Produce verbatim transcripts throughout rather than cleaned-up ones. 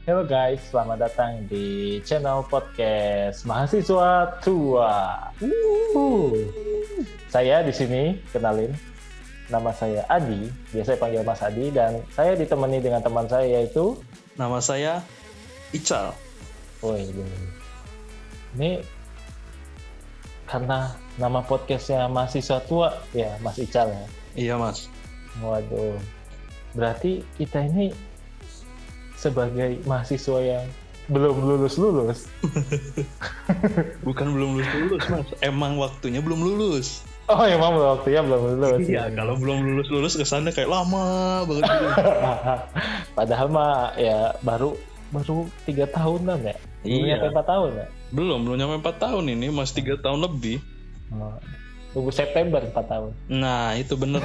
Halo guys, selamat datang di channel podcast Mahasiswa Tua. Uh. Saya di sini kenalin, nama saya Adi, biasa panggil Mas Adi, dan saya ditemani dengan teman saya yaitu nama saya Ical. Woi, ini karena nama podcastnya Mahasiswa Tua, ya Mas Ical ya. Iya Mas. Waduh, berarti kita ini sebagai mahasiswa yang belum lulus-lulus. Bukan belum lulus-lulus Mas, emang waktunya belum lulus. Oh emang waktunya belum lulus. Iya, kalau belum lulus-lulus kesannya kayak lama banget gitu. Padahal mah ya baru baru tiga tahunan ya. Belum Iya. nyampe empat tahun ya. Belum, belum nyampe empat tahun ini, masih tiga tahun lebih. Oh, tunggu September empat tahun. Nah, itu bener.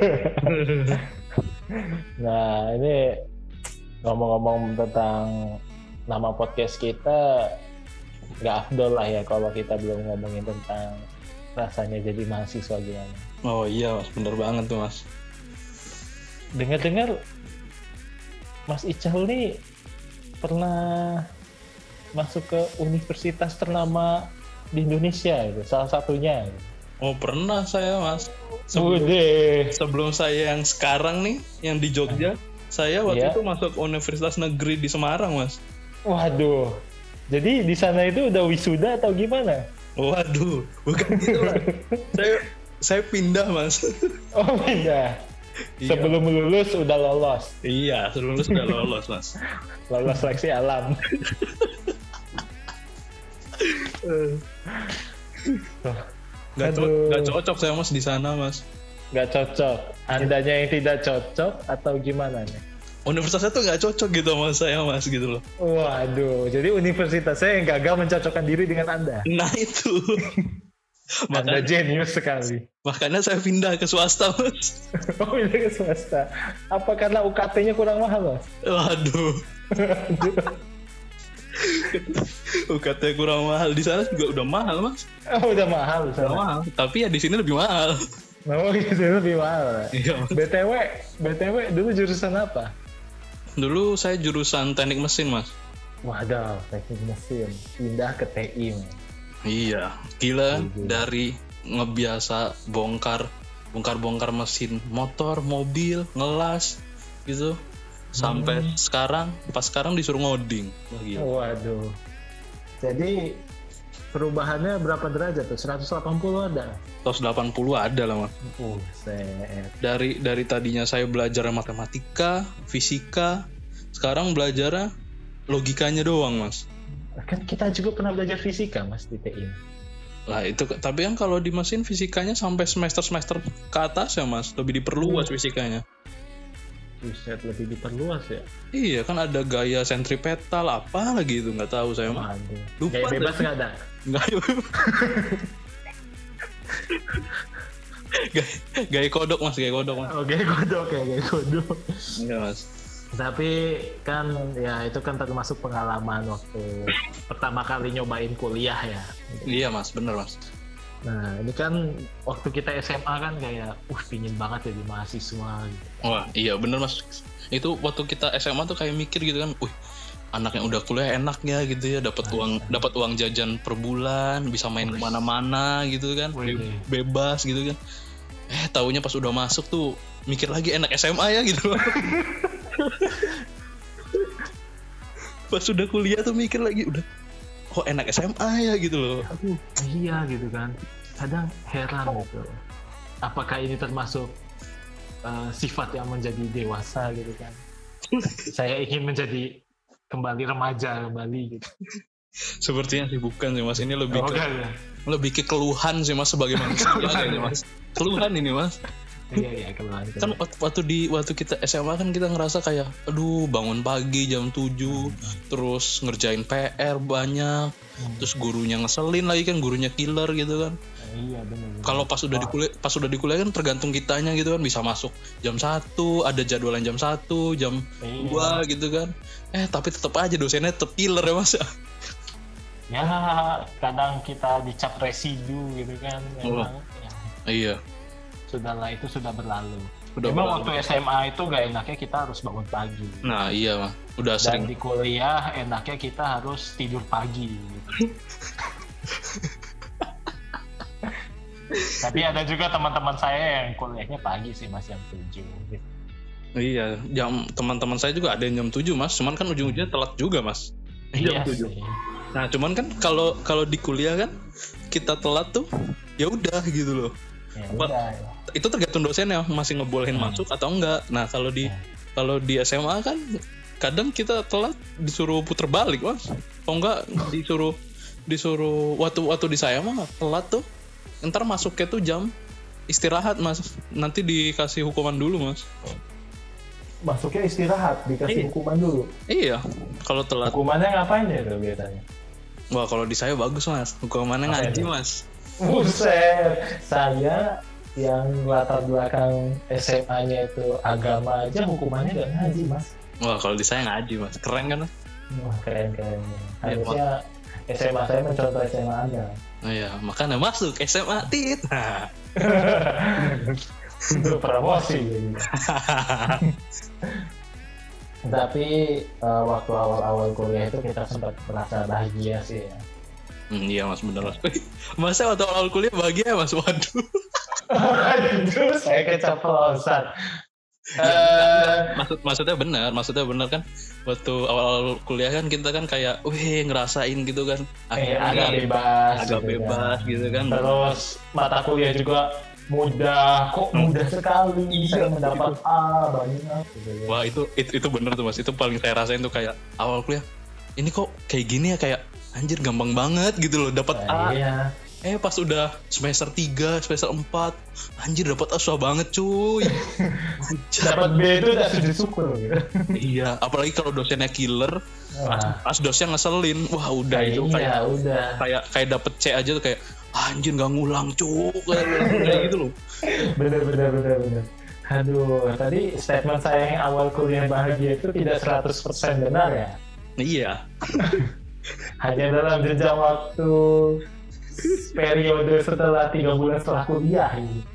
Nah, ini ngomong-ngomong tentang nama podcast kita, nggak afdol lah ya kalau kita belum ngomongin tentang rasanya jadi mahasiswa gimana. Oh iya Mas, bener banget tuh Mas. Dengar-dengar Mas Ical nih pernah masuk ke universitas ternama di Indonesia gitu, salah satunya gitu. Oh pernah saya Mas. Sebelum, Udah. sebelum saya yang sekarang nih, yang di Jogja, saya waktu Iya. itu masuk Universitas Negeri di Semarang Mas. Waduh. Jadi di sana itu udah wisuda atau gimana? Waduh, bukan gitu Mas. saya saya pindah Mas. Oh beda. Iya. Sebelum lulus udah lolos. Iya, sebelum lulus udah lolos Mas. Lolos seleksi alam. Gak, co- Aduh. gak cocok saya Mas di sana Mas. Gak cocok. Andanya yang tidak cocok atau gimana nih? Universitasnya tuh gak cocok gitu sama saya Mas gitu loh. Waduh. Jadi universitasnya yang gagal mencocokkan diri dengan Anda. Nah itu. Anda Makanya, jenius sekali. makanya saya pindah ke swasta Mas. Oh pindah ke swasta. Apa karena U K T-nya kurang mahal Mas? Waduh. U K T kurang mahal, di sana juga udah mahal Mas. Oh udah mahal di Udah sana. mahal. Tapi ya di sini lebih mahal. Oh di sini lebih mahal. Iya Mas. B T W, B T W dulu jurusan apa? Dulu saya jurusan teknik mesin Mas. Waduh, teknik mesin. Pindah ke T I. Man. Iya, gila Gila. dari ngebiasa bongkar bongkar-bongkar mesin motor, mobil, ngelas gitu. Sampai Hmm. sekarang, pas sekarang disuruh ngoding. Wah gila. Waduh. Jadi perubahannya berapa derajat tuh? seratus delapan puluh ada? seratus delapan puluh ada lah Mas. Buset. Dari dari tadinya saya belajar matematika, fisika, sekarang belajar logikanya doang Mas. Kan kita juga pernah belajar fisika Mas di T I. Lah itu tapi kan kalau di mesin fisikanya sampai semester-semester ke atas ya Mas, lebih diperluas fisikanya. Buset, lebih diperluas ya? Iya kan ada gaya sentripetal apa lagi itu nggak tahu saya mah. Waduh. Lupa Gaya deh. bebas nggak ada? Nggak. gaya, gaya kodok Mas, gaya kodok Mas. Oh, gaya kodok ya, gaya kodok. Iya Mas. Tapi kan ya itu kan termasuk pengalaman waktu pertama kali nyobain kuliah ya. Iya Mas, bener Mas. Nah ini kan waktu kita S M A kan kayak, uh pingin banget jadi mahasiswa gitu. Wah iya bener Mas. Itu waktu kita S M A tuh kayak mikir gitu kan, wih anak yang udah kuliah enak ya gitu ya, dapat uang dapat uang jajan per bulan, bisa main kemana-mana gitu kan, Wih. Be- bebas gitu kan. Eh taunya pas udah masuk tuh mikir lagi enak S M A ya gitu. Pas udah kuliah tuh mikir lagi udah, kok enak S M A ya gitu loh. Aduh, iya gitu kan. Kadang heran gitu. Apakah ini termasuk uh, sifat yang menjadi dewasa gitu kan? Saya ingin menjadi kembali remaja kembali gitu. Sepertinya sih bukan sih Mas, ini lebih Oh, ke enggak, ya? lebih ke keluhan sih Mas sebagai manusia kayaknya Mas. Keluhan ini Mas. Iya iya keluar. Kan wak- waktu di waktu kita S M A kan kita ngerasa kayak aduh bangun pagi jam tujuh terus ngerjain P R banyak terus gurunya ngeselin lagi kan, gurunya killer gitu kan. Iya benar. Kalau pas udah di kuliah pas udah di kuliah kan tergantung kitanya gitu kan, bisa masuk jam satu, ada jadwalan jam satu, jam Iya. dua gitu kan. Eh tapi tetap aja dosennya tetap killer ya Mas. Ya kadang kita dicap residu gitu kan. Memang ya, Iya. sudahlah itu sudah berlalu. Udah Memang berapa? waktu S M A itu gak enaknya kita harus bangun pagi. Nah iya mah, udah Dan sering. di kuliah enaknya kita harus tidur pagi. Tapi ada juga teman-teman saya yang kuliahnya pagi sih, Mas, jam tujuh. Gitu. Iya, jam teman-teman saya juga ada yang jam tujuh Mas, cuman kan ujung-ujungnya telat juga Mas. Iya Jam tujuh. sih. Nah, cuman kan kalau kalau di kuliah kan kita telat tuh ya udah gitu loh. Ya Apa- udah. Ya. Itu tergantung dosennya masih ngebolehin Hmm. masuk atau enggak. Nah, kalau di Hmm. kalau di S M A kan kadang kita telat disuruh puter balik Mas. Atau enggak disuruh disuruh waktu waktu di saya mah telat tuh ntar masuknya tuh jam istirahat Mas. Nanti dikasih hukuman dulu Mas. Masuknya istirahat, dikasih Iya. hukuman dulu. Iya, kalau telat. Hukumannya ngapain ya tuh biasanya? Wah, kalau di saya bagus Mas. Hukumannya Apa ngaji itu? Mas. Buset, saya yang latar belakang S M A-nya itu agama aja hukumannya gak ngaji, Mas. Wah, kalau di saya ngaji Mas. Keren kan? Mas? Wah, keren-keren. Iya, Harusnya S M A saya mencontoh S M A Anda. Oh iya, makanya masuk S M A tit. Nah. Untuk promosi. Jadi. Tapi uh, waktu awal-awal kuliah itu kita sempat merasa bahagia sih ya. Hmm, iya Mas, bener Mas. Mas, saya waktu awal kuliah bahagia ya Mas. Waduh. Aduh, saya keceplosan. Ya, Eh, Maksud maksudnya benar, maksudnya benar kan. Waktu awal kuliah kan kita kan kayak, wih ngerasain gitu kan. eh, Akhirnya agak bebas, agak gitu bebas kan. gitu kan. Terus mata kuliah juga mudah, kok mudah sekali. Iya, Saya mendapat A banyak. Gitu ya. Wah itu, itu itu bener tuh Mas. Itu paling saya rasain tuh kayak awal kuliah. Ini kok kayak gini ya, kayak anjir gampang banget gitu loh dapat Nah, A. iya. Eh pas udah semester tiga, semester empat, anjir dapat A susah banget cuy. Anjir. Dapat B itu udah sujud syukur gitu. Iya, apalagi kalau dosennya killer, pas, Wah, pas dosennya ngeselin, wah udah itu iya, kayak udah. kayak kayak dapet C aja tuh kayak "Ah, anjir nggak ngulang cuk kayak, kayak gitu loh. Bener, bener, bener, bener. Aduh, tadi statement saya yang awal kuliah bahagia itu tidak seratus persen benar ya. Iya, Hanya dalam jejak waktu periode setelah tiga bulan setelah kuliah. Gitu.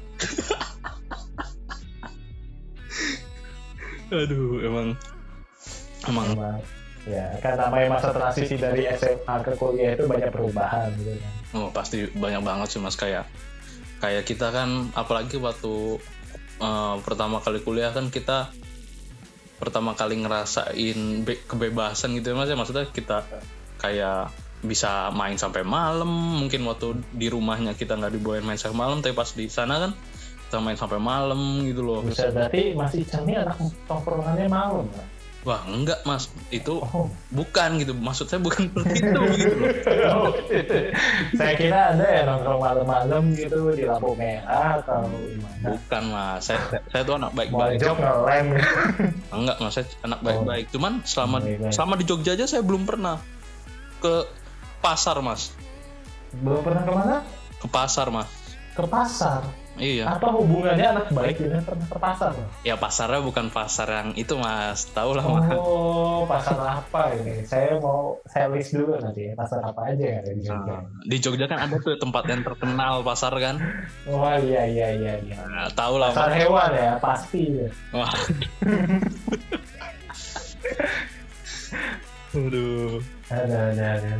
aduh emang emang Memang, ya kan namanya masa transisi dari S M A ke kuliah itu banyak perubahan gitu kan. oh, pasti banyak banget sih Mas, kayak kayak kita kan apalagi waktu eh, pertama kali kuliah kan kita pertama kali ngerasain be- kebebasan gitu ya Mas ya, maksudnya kita kayak bisa main sampai malam, mungkin waktu di rumahnya kita nggak dibolehin main sampai malam, tapi pas di sana kan kita main sampai malam gitu loh. Bisa berarti Mas Ican ini anak tongkrongannya malam kan? Wah enggak Mas, itu Oh. bukan gitu, maksud saya bukan seperti itu gitu loh. Saya kira Anda ya nongkrong malam-malam gitu di lampu merah atau gimana? Bukan Mas, saya, saya tuh anak baik-baik. Mojok ngelem. Enggak Mas, saya anak baik-baik. Cuman selama Baik-baik. selama di Jogja aja saya belum pernah ke pasar Mas. Belum pernah kemana? Ke pasar Mas. Ke pasar. Iya. Apa hubungannya anak baik dengan pernah ke pasar? Mas? Ya pasarnya bukan pasar yang itu Mas, tahu lah Mas. Oh, pasar apa ini? Saya mau saya list dulu nanti ya, pasar apa aja yang ada di Jogja. Nah, di Jogja kan ada tuh tempat yang terkenal pasar kan. Wah, iya iya iya iya. Nah, tahu lah Pasar Mas. hewan ya, pasti ya. Wah. Aduh. Ada ada ada.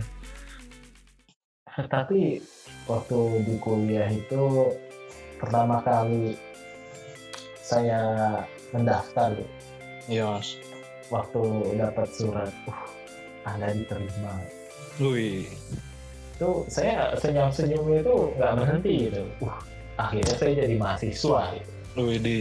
Tapi waktu di kuliah itu pertama kali saya mendaftar gitu. Iya Mas. Waktu dapat surat, uh, Anda diterima. Wih. Itu saya senyum-senyumnya itu nggak berhenti gitu. Uh, akhirnya saya jadi mahasiswa gitu. Wih di.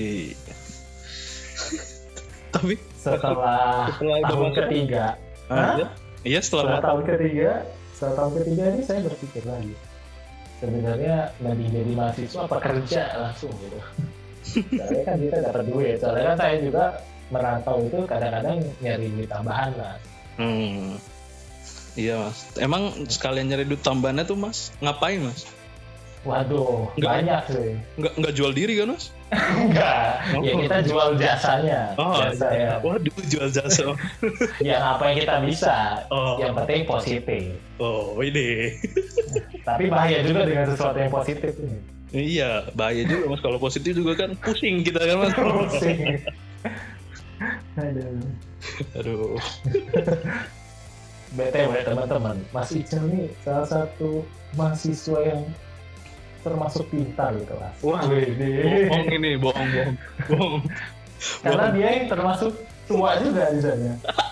Tapi Setelah, Setelah udah tahun masuk. ketiga, ah, Hah? iya, iya setelah setelah tahun ketiga, setelah tahun ketiga ini saya berpikir lagi. Sebenarnya mending jadi mahasiswa apa kerja langsung gitu. Soalnya kan kita dapat duit. Soalnya kan saya juga merantau itu kadang-kadang nyari duit tambahan lah. Hmm. Iya Mas. Emang sekalian nyari duit tambahannya tuh Mas, ngapain Mas? Waduh, Nggak. banyak sih. Nggak nggak jual diri kan Mas? Enggak, ya Oh. kita jual jasanya. Jasa iya. ya. Waduh jual jasa. Yang apa yang kita bisa. Oh. Yang penting positif. Oh ini. Tapi bahaya juga dengan sesuatu yang positif ini. Iya, bahaya juga mas. Kalau positif juga kan pusing kita kan mas. Pusing. Aduh. Aduh. B T W teman-teman, Mas Ical ini salah satu mahasiswa yang termasuk pintar di kelas. Wah, bohong ini, bohong, bohong, bohong. Karena dia yang termasuk tua juga di sana.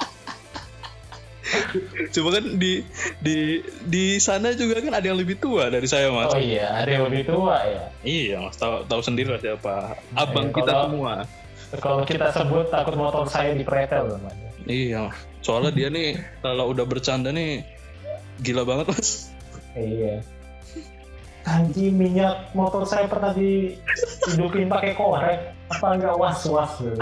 Coba kan di di di sana juga kan ada yang lebih tua dari saya mas. Oh iya, ada yang lebih tua ya. Iya mas, tahu tahu sendiri lah siapa. Abang Eh, kita kalau- semua. Kalau kita sebut takut motor saya dipretel namanya. Iya, soalnya dia nih kalau udah bercanda nih gila banget mas. Iya. Anjing, minyak motor saya pernah dihidupin pakai korek. Apa enggak was-was gitu.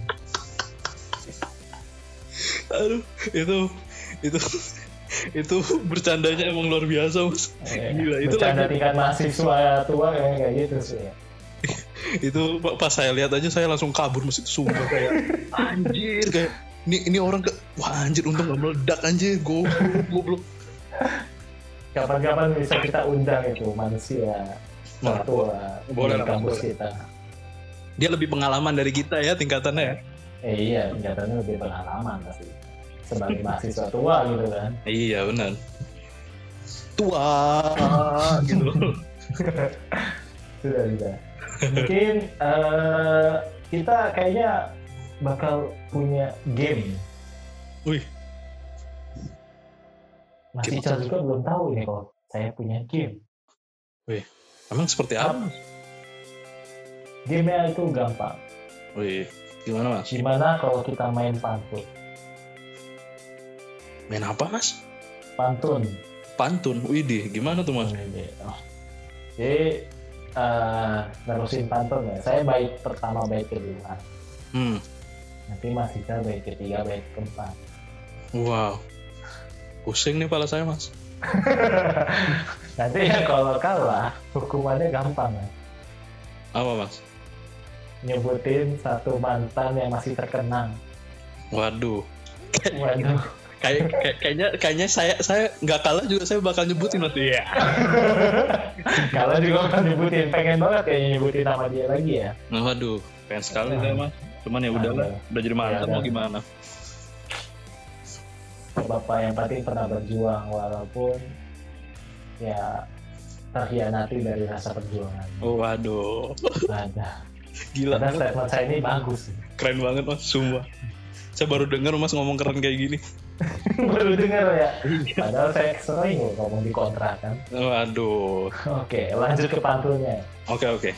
Aduh, itu itu itu bercandanya emang luar biasa mas. Gila, itu Bercanda lagi- tingkat mahasiswa tua kayak kayak gitu sih ya. Itu pas saya lihat aja saya langsung kabur mas, itu sumpah kayak anjir kayak ini ini orang ke wah anjir untung gak meledak anjir goblok goblok. Kapan-kapan bisa kita undang itu manusia Nah, tua boleh di lah, kampus boleh. kita. Dia lebih pengalaman dari kita ya tingkatannya ya. Eh iya, tingkatannya lebih pengalaman pasti. Sebagai mahasiswa tua gitu kan. Iya benar. Tua gitu. Sudah sudah. Mungkin eh, kita kayaknya bakal punya game. Wih, Mas Game Ical juga belum tahu ini kalau saya punya game. emang seperti apa? Game-nya itu gampang. Wih, gimana mas? Gimana kalau kita main pantun? Main apa mas? Pantun. Pantun. Widih, gimana tuh mas? Oh. Jadi eh nerusin pantun ya. Saya bait pertama, bait kedua. Hmm, Nanti Mas Ical bait ketiga, bait keempat. wow. Pusing nih kepala saya mas. Nanti ya kalau kalah, hukumannya gampang ya. Apa mas? Nyebutin satu mantan yang masih terkenang. Waduh. Waduh. Kayak kayak- kayaknya kayaknya saya saya nggak kalah juga saya bakal nyebutin mas. Iya. Kalau juga kan nyebutin, pengen banget kayaknya nyebutin nama dia lagi ya. Nah, waduh, pengen sekali saya mas. Cuman ya udahlah, udah jadi mantan Ya, mau udah. gimana? Bapak yang penting pernah berjuang walaupun ya terhianati dari rasa perjuangan. Oh, waduh, Ada. gila. Karena statement saya ini bagus. Keren banget mas, sumpah. Saya baru dengar mas ngomong keren kayak gini. Baru dengar ya. Padahal saya sering loh ngomong di kontrakan. Waduh. Oke, lanjut ke pantunnya. Oke oke.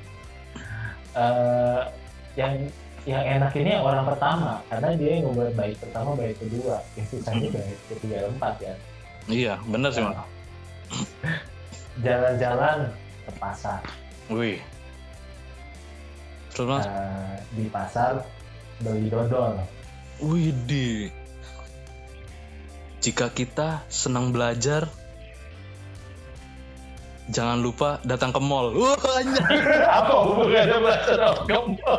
Eh, yang yang enak ini yang orang pertama karena dia yang membuat bait pertama, bait kedua, yang sisanya bait ketiga, keempat ya. Iya, benar sih mas. Jalan-jalan ke pasar. Wih. Terus mas? Eh, di pasar beli dodol. Widih. Jika kita senang belajar, jangan lupa datang ke mall. Wah, anjay. Apa hubungannya belajar sama gembel?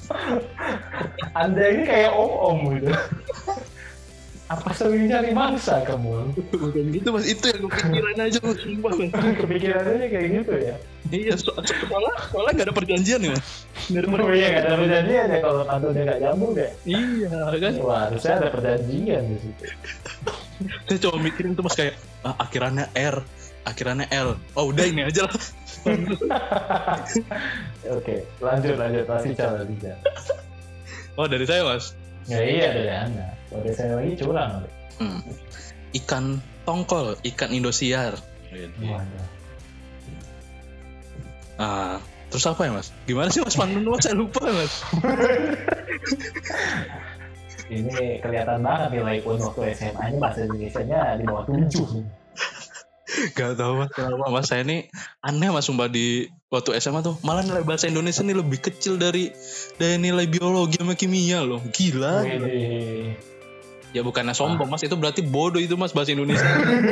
Anda ini kayak om-om gitu. Apa sering cari mangsa kamu? Bukan gitu mas, itu yang kepikiran aja mas. Sumpah mas. Kepikirannya kayak gitu ya? Iya, so so- soalnya soalnya nggak ada perjanjian ya mas. Nggak ada Oh perjanjian. iya, gak ada perjanjian ya kalau pantunnya gak nyambung deh. Iya kan. Wah, harusnya ada perjanjian di situ. Saya coba mikirin tuh mas kayak ah, akhirannya R, akhirannya L. Oh udah ini aja lah. Oke, lanjut lanjut masih cara bisa. Oh dari saya mas. Ya iya dari Anda. Kalau dari saya lagi curang. Hmm. Ikan tongkol, ikan Indosiar. Waduh. Ah, terus apa ya mas? Gimana sih mas pantun mas? Saya lupa mas. Ini kelihatan banget nilai pun waktu S M A ini bahasa Indonesianya di bawah tujuh. Gak tau mas kenapa mas, saya ini aneh mas sumpah di waktu S M A tuh malah nilai bahasa Indonesia ini lebih kecil dari dari nilai biologi sama kimia loh. Gila. Wih, Ya bukannya sombong mas, itu berarti bodoh itu mas bahasa Indonesia.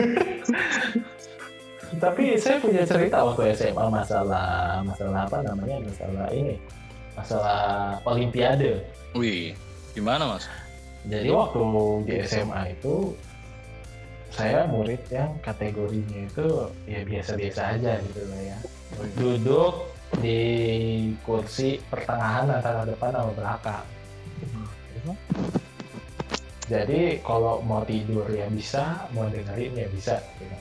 tapi saya punya cerita waktu S M A masalah masalah apa namanya masalah ini masalah olimpiade. Wih, gimana mas? Jadi waktu di S M A itu saya murid yang kategorinya itu ya biasa-biasa aja gitu loh ya. Duduk di kursi pertengahan antara depan sama belakang. Jadi kalau mau tidur ya bisa, mau dengerin ya bisa gitu.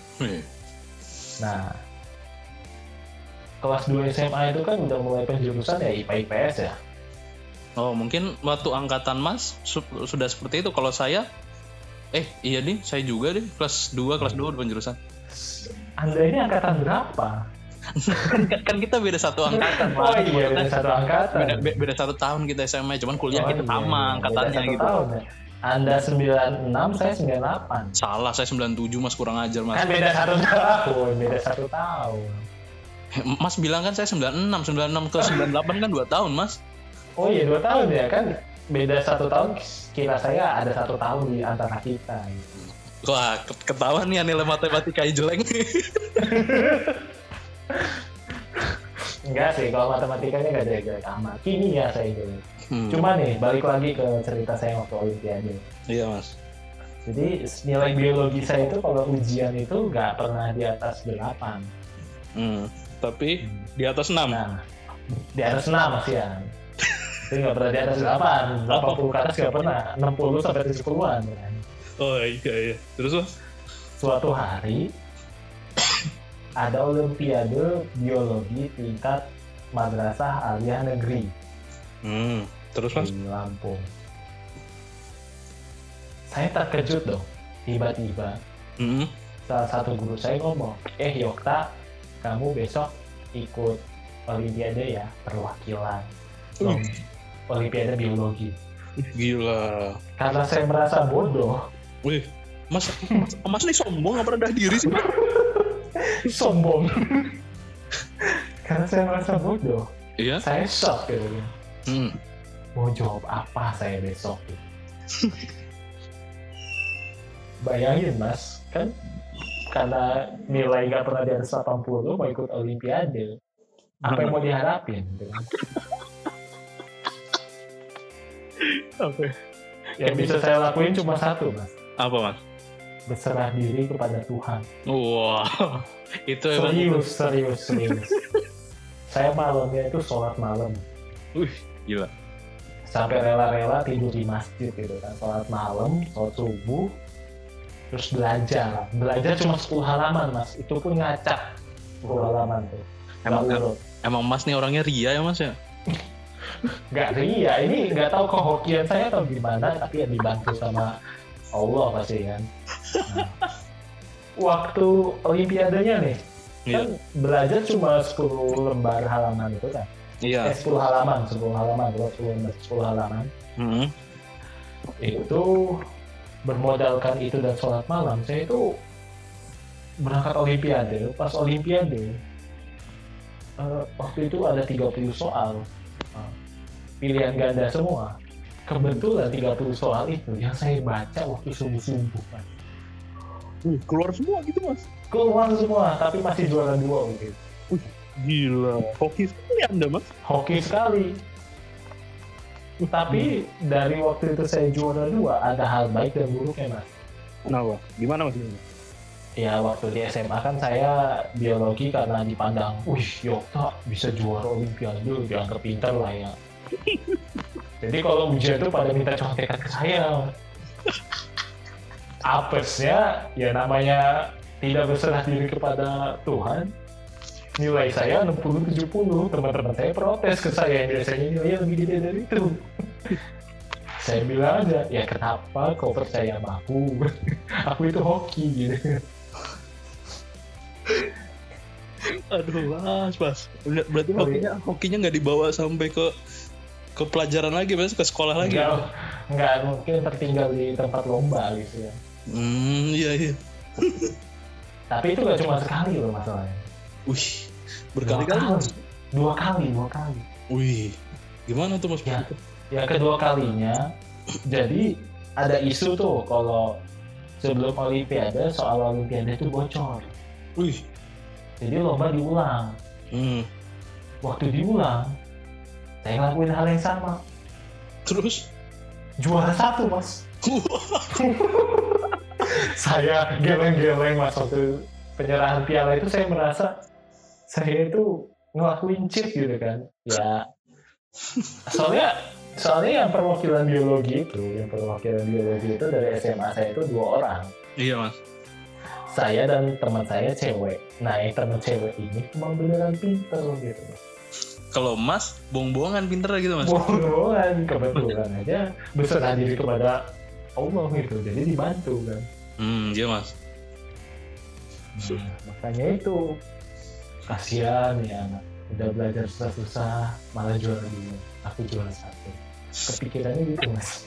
Nah, kelas dua S M A itu kan udah mulai penjurusan ya I P A I P S ya. Oh, mungkin waktu angkatan Mas su- sudah seperti itu. Kalau saya eh iya nih, saya juga deh kelas dua, kelas dua udah penjurusan. Anda ini angkatan berapa? Kan kita beda satu angkatan. Oh iya, beda satu angkatan. Beda, be- beda satu tahun kita S M A, cuman kuliah Oh, kita iya, sama iya. angkatannya Beda satu gitu. tahun, ya? Anda sembilan puluh enam, saya sembilan puluh delapan. Salah, saya sembilan puluh tujuh Mas, kurang ajar Mas. Kan beda satu tahun, beda satu tahun. Mas bilang kan saya sembilan puluh enam, sembilan puluh enam ke sembilan puluh delapan kan dua tahun Mas. Oh iya, dua tahun ya kan, beda satu tahun. Kira saya ada satu tahun di antara kita. Gitu. Wah, ketahuan nih nilai matematika jelek. Enggak sih, kalau matematikanya nggak jelek-jelek amat. Kimia saya jelek. Hmm. Cuma nih, balik lagi ke cerita saya waktu Olimpiade. Iya Mas. Jadi nilai biologi saya itu kalau ujian itu nggak pernah di atas delapan. Hmm. Tapi di atas enam. Nah, di atas enam masih ya. Tapi nggak pernah di atas delapan. delapan puluh ke atas nggak pernah. enam puluh sampai tujuh puluhan. Kan. Oh iya iya. Terus Mas? Suatu hari ada Olimpiade biologi tingkat madrasah aliyah negeri Hmm. Terus Mas? di Lampung. Saya terkejut dong. Tiba-tiba Hmm. salah satu guru saya ngomong, eh Yokta, kamu besok ikut Olimpiade ya, perwakilan Uh. Olimpiade biologi. Gila. Karena saya merasa bodoh, Wih, Mas, Mas, mas nih sombong apa rendah diri sih? sombong. Karena saya merasa bodoh, Iya. saya shock gitu. Hmm. Mau jawab apa saya besok? Gitu. Bayangin mas, kan karena nilai nggak pernah di atas delapan puluh mau ikut Olimpiade, apa yang mau diharapin? Gitu. Apa? Yang bisa saya lakuin cuma satu mas, Apa Mas? berserah diri kepada Tuhan. Wah, itu emang. Serius, serius, serius. Saya malamnya itu sholat malam. Wih, gila. Sampai rela-rela tidur di masjid gitu kan. Sholat malam, sholat subuh, terus belajar. Belajar cuma sepuluh halaman mas. Itu pun ngacak sepuluh halaman tuh. Emang, Nggak urut. emang Mas nih orangnya ria ya Mas ya? Nggak ria. Ini nggak tahu kehokian saya atau gimana. Tapi ya dibantu sama Allah pasti kan. Nah, waktu Olimpiadenya nih, kan belajar cuma sepuluh lembar halaman itu kan. Iya. Eh, sepuluh halaman, sepuluh halaman, sepuluh halaman. Hmm. Itu bermodalkan itu dan sholat malam, saya itu berangkat Olimpiade. Pas Olimpiade, uh, waktu itu ada tiga puluh soal, uh, pilihan ganda semua. Kebetulan tiga puluh soal itu yang saya baca waktu subuh-subuh. Kan. Uh, keluar semua gitu Mas? Keluar semua, tapi masih juara dua gitu. Uh, gila. Hoki sekali Anda Mas? Hoki sekali. Tapi dari waktu itu saya juara dua, ada hal baik dan buruknya mas. Kenapa? Gimana Mas? Ya waktu di S M A kan saya biologi karena dipandang, wih Yokta bisa juara Olimpiade, dianggap pintar lah ya. Jadi kalau ujian itu pada minta contekan ke saya. Apesnya ya namanya tidak berserah diri kepada Tuhan. Nilai saya enam puluh tujuh puluh, teman-teman saya protes ke saya, biasanya nilainya lebih gede dari itu. Saya bilang aja, ya kenapa kau percaya sama aku? Aku itu hoki gitu. Aduh Mas, Mas. Berarti hokinya, hokinya nggak dibawa sampai ke ke pelajaran lagi Mas, ke sekolah lagi? Enggak, enggak mungkin tertinggal di tempat lomba gitu ya. Hmm, iya iya. Tapi itu nggak cuma sekali loh masalahnya. Wih, berkali-kali dua Mas. kali, dua kali, dua kali. Wih, gimana tuh Mas? Ya, yang kedua kalinya, jadi ada isu tuh kalau sebelum Olimpiade, soal Olimpiade itu bocor. Wih. Jadi lomba diulang. Hmm. Waktu diulang, saya ngelakuin hal yang sama. Terus? Juara satu, Mas. saya geleng-geleng mas waktu penyerahan piala itu, saya merasa saya itu ngelakuin cheat gitu kan. Ya soalnya soalnya yang perwakilan biologi itu, yang perwakilan biologi itu dari S M A saya itu dua orang. Iya mas. Saya dan teman saya cewek. Nah yang teman cewek ini emang beneran pinter gitu. Kalau mas bohong-bohongan pinter gitu mas. Bohong-bohongan, kebetulan aja berserah diri kepada Allah gitu, jadi dibantu kan. Hmm iya mas. Nah, makanya itu kasihan ya, udah belajar susah-susah malah juara dua, aku juara satu. Kepikirannya gitu mas.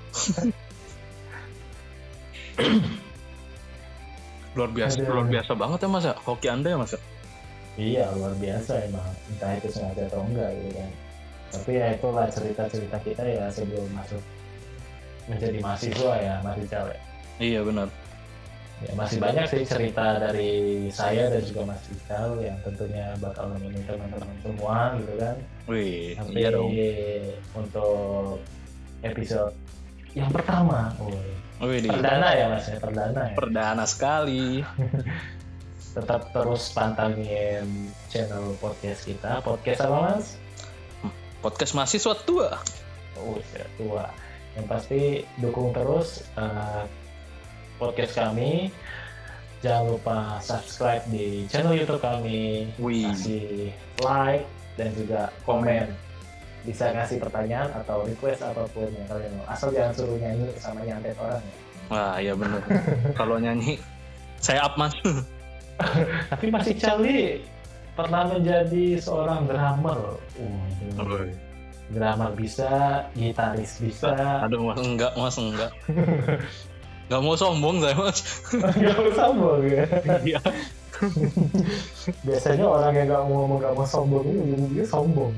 Luar biasa, Aduh. luar biasa banget ya mas ya, hoki anda ya mas ya. Iya luar biasa emang, entah itu sengaja atau enggak gitu kan. Tapi ya itulah cerita-cerita kita ya sebelum masuk menjadi mahasiswa ya masih cewek. Iya benar. Ya masih banyak sih cerita dari saya dan juga Mas Ical yang tentunya bakal nemenin teman-teman semua gitu kan. Wih, Tapi iya dong. untuk episode yang pertama, oh, Wih, di perdana ya Mas ya, perdana ya. perdana sekali. Tetap terus pantangin channel podcast kita. Podcast apa Mas? Podcast mahasiswa tua. Oh, ya, tua. Yang pasti dukung terus uh, podcast kami. Jangan lupa subscribe di channel YouTube kami. Wih. Kasih like dan juga komen. Bisa ngasih pertanyaan atau request apapun yang kalian mau. Asal jangan suruh nyanyi sama nyantet orang ya. Wah iya benar. Kalau nyanyi saya up mas. Tapi Mas Ical nih pernah menjadi seorang drummer. Uh, drummer bisa, gitaris bisa. Aduh mas enggak mas enggak. Enggak mau sombong saya mas. Gak mau sombong ya. Iya. Biasanya orang yang gak mau ngomong gak mau sombong itu dia sombong.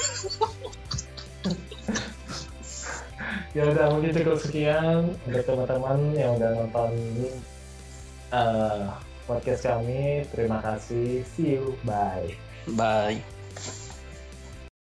Ya udah mungkin cukup sekian untuk teman-teman yang udah nonton uh, podcast kami. Terima kasih. See you. Bye. Bye.